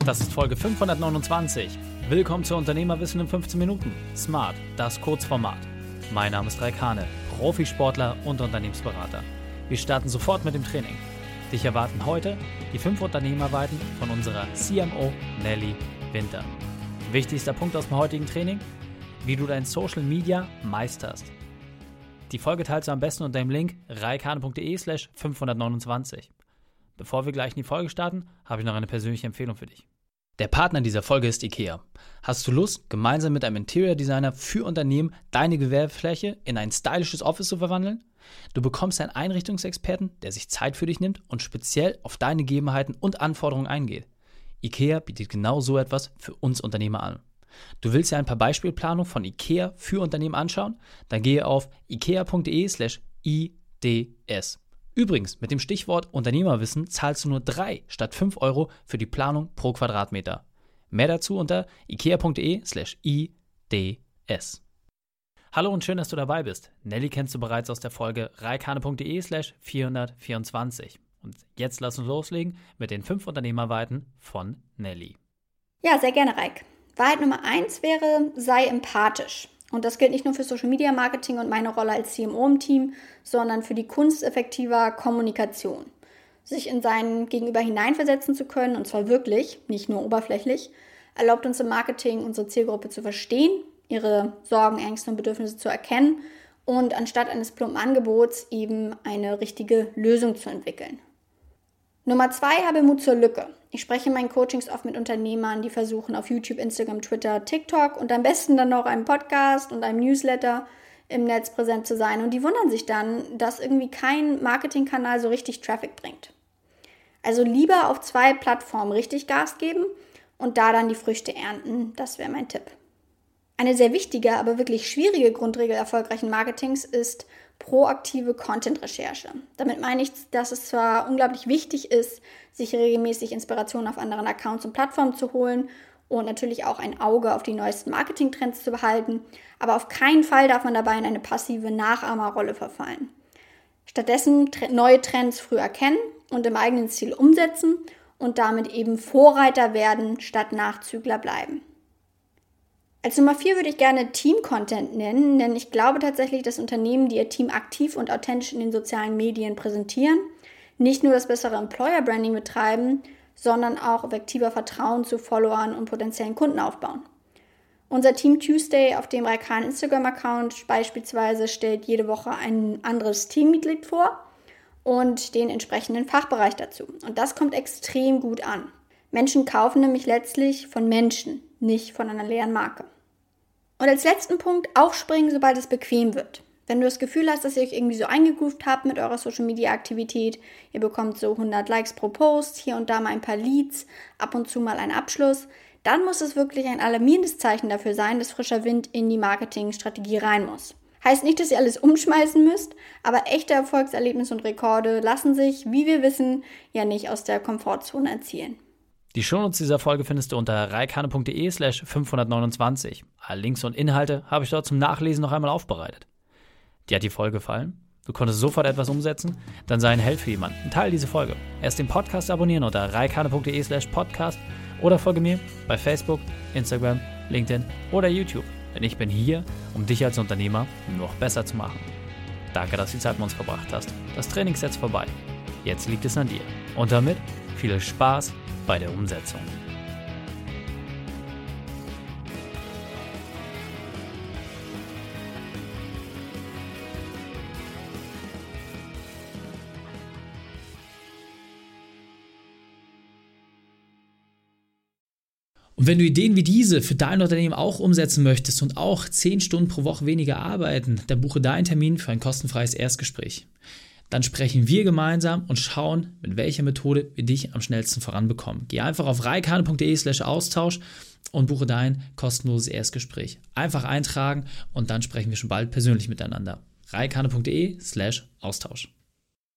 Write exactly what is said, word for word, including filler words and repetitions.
Das ist Folge fünfhundertneunundzwanzig. Willkommen zu Unternehmerwissen in fünfzehn Minuten. Smart, das Kurzformat. Mein Name ist Raik Hane, Profisportler und Unternehmensberater. Wir starten sofort mit dem Training. Dich erwarten heute die fünf Unternehmerweiten von unserer C M O Nelly Winter. Wichtigster Punkt aus dem heutigen Training: wie du dein Social Media meisterst. Die Folge teilst du am besten unter dem Link reikhane.de slash fünfhundertneunundzwanzig. Bevor wir gleich in die Folge starten, habe ich noch eine persönliche Empfehlung für dich. Der Partner dieser Folge ist IKEA. Hast du Lust, gemeinsam mit einem Interior Designer für Unternehmen deine Gewerbefläche in ein stylisches Office zu verwandeln? Du bekommst einen Einrichtungsexperten, der sich Zeit für dich nimmt und speziell auf deine Gegebenheiten und Anforderungen eingeht. IKEA bietet genau so etwas für uns Unternehmer an. Du willst dir ein paar Beispielplanungen von IKEA für Unternehmen anschauen? Dann gehe auf ikea.de slash ids. Übrigens, mit dem Stichwort Unternehmerwissen zahlst du nur drei statt fünf Euro für die Planung pro Quadratmeter. Mehr dazu unter ikea.de slash ids. Hallo und schön, dass du dabei bist. Nelly kennst du bereits aus der Folge reikhane.de slash vierhundertvierundzwanzig. Und jetzt lass uns loslegen mit den fünf Unternehmerweiten von Nelly. Ja, sehr gerne, Raik. Wahrheit Nummer eins wäre, sei empathisch. Und das gilt nicht nur für Social Media Marketing und meine Rolle als C M O im Team, sondern für die Kunst effektiver Kommunikation. Sich in seinen Gegenüber hineinversetzen zu können, und zwar wirklich, nicht nur oberflächlich, erlaubt uns im Marketing, unsere Zielgruppe zu verstehen, ihre Sorgen, Ängste und Bedürfnisse zu erkennen und anstatt eines plumpen Angebots eben eine richtige Lösung zu entwickeln. Nummer zwei, habe Mut zur Lücke. Ich spreche in meinen Coachings oft mit Unternehmern, die versuchen auf YouTube, Instagram, Twitter, TikTok und am besten dann noch einem Podcast und einem Newsletter im Netz präsent zu sein. Und die wundern sich dann, dass irgendwie kein Marketingkanal so richtig Traffic bringt. Also lieber auf zwei Plattformen richtig Gas geben und da dann die Früchte ernten. Das wäre mein Tipp. Eine sehr wichtige, aber wirklich schwierige Grundregel erfolgreichen Marketings ist proaktive Content-Recherche. Damit meine ich, dass es zwar unglaublich wichtig ist, sich regelmäßig Inspirationen auf anderen Accounts und Plattformen zu holen und natürlich auch ein Auge auf die neuesten Marketing-Trends zu behalten, aber auf keinen Fall darf man dabei in eine passive Nachahmerrolle verfallen. Stattdessen tre- neue Trends früh erkennen und im eigenen Ziel umsetzen und damit eben Vorreiter werden, statt Nachzügler bleiben. Als Nummer vier würde ich gerne Team-Content nennen, denn ich glaube tatsächlich, dass Unternehmen, die ihr Team aktiv und authentisch in den sozialen Medien präsentieren, nicht nur das bessere Employer-Branding betreiben, sondern auch effektiver Vertrauen zu Followern und potenziellen Kunden aufbauen. Unser Team Tuesday auf dem Raik Hane Instagram-Account beispielsweise stellt jede Woche ein anderes Teammitglied vor und den entsprechenden Fachbereich dazu. Und das kommt extrem gut an. Menschen kaufen nämlich letztlich von Menschen, nicht von einer leeren Marke. Und als letzten Punkt, aufspringen, sobald es bequem wird. Wenn du das Gefühl hast, dass ihr euch irgendwie so eingegroovt habt mit eurer Social-Media-Aktivität, ihr bekommt so hundert Likes pro Post, hier und da mal ein paar Leads, ab und zu mal einen Abschluss, dann muss es wirklich ein alarmierendes Zeichen dafür sein, dass frischer Wind in die Marketingstrategie rein muss. Heißt nicht, dass ihr alles umschmeißen müsst, aber echte Erfolgserlebnisse und Rekorde lassen sich, wie wir wissen, ja nicht aus der Komfortzone erzielen. Die Shownotes dieser Folge findest du unter reikhane.de slash fünfhundertneunundzwanzig. Alle Links und Inhalte habe ich dort zum Nachlesen noch einmal aufbereitet. Dir hat die Folge gefallen? Du konntest sofort etwas umsetzen? Dann sei ein Held für jemanden und teile diese Folge. Erst den Podcast abonnieren unter reikhane.de slash podcast oder folge mir bei Facebook, Instagram, LinkedIn oder YouTube. Denn ich bin hier, um dich als Unternehmer noch besser zu machen. Danke, dass du die Zeit mit uns verbracht hast. Das Training ist jetzt vorbei. Jetzt liegt es an dir. Und damit viel Spaß bei der Umsetzung. Und wenn du Ideen wie diese für dein Unternehmen auch umsetzen möchtest und auch zehn Stunden pro Woche weniger arbeiten, dann buche deinen Termin für ein kostenfreies Erstgespräch. Dann sprechen wir gemeinsam und schauen, mit welcher Methode wir dich am schnellsten voranbekommen. Geh einfach auf reikhane.de slash Austausch und buche dein kostenloses Erstgespräch. Einfach eintragen und dann sprechen wir schon bald persönlich miteinander. reikhane.de slash Austausch.